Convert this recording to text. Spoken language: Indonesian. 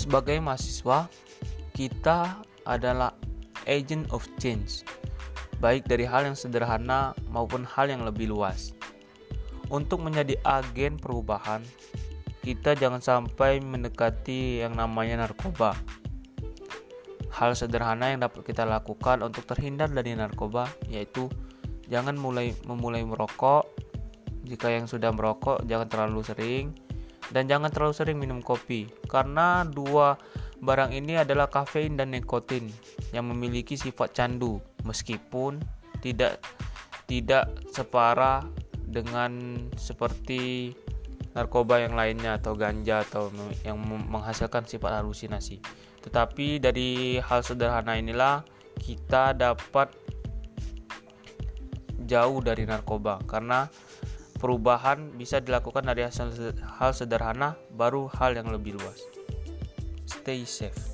Sebagai mahasiswa, kita adalah agent of change, baik dari hal yang sederhana maupun hal yang lebih luas. Untuk menjadi agen perubahan, kita jangan sampai mendekati yang namanya narkoba. Hal sederhana yang dapat kita lakukan untuk terhindar dari narkoba yaitu jangan memulai merokok. Jika yang sudah merokok, jangan terlalu sering, dan jangan terlalu sering minum kopi, karena dua barang ini adalah kafein dan nikotin yang memiliki sifat candu, meskipun tidak separah dengan seperti narkoba yang lainnya atau ganja atau yang menghasilkan sifat halusinasi. Tetapi dari hal sederhana inilah kita dapat jauh dari narkoba, karena perubahan bisa dilakukan dari hal sederhana baru hal yang lebih luas. Stay safe.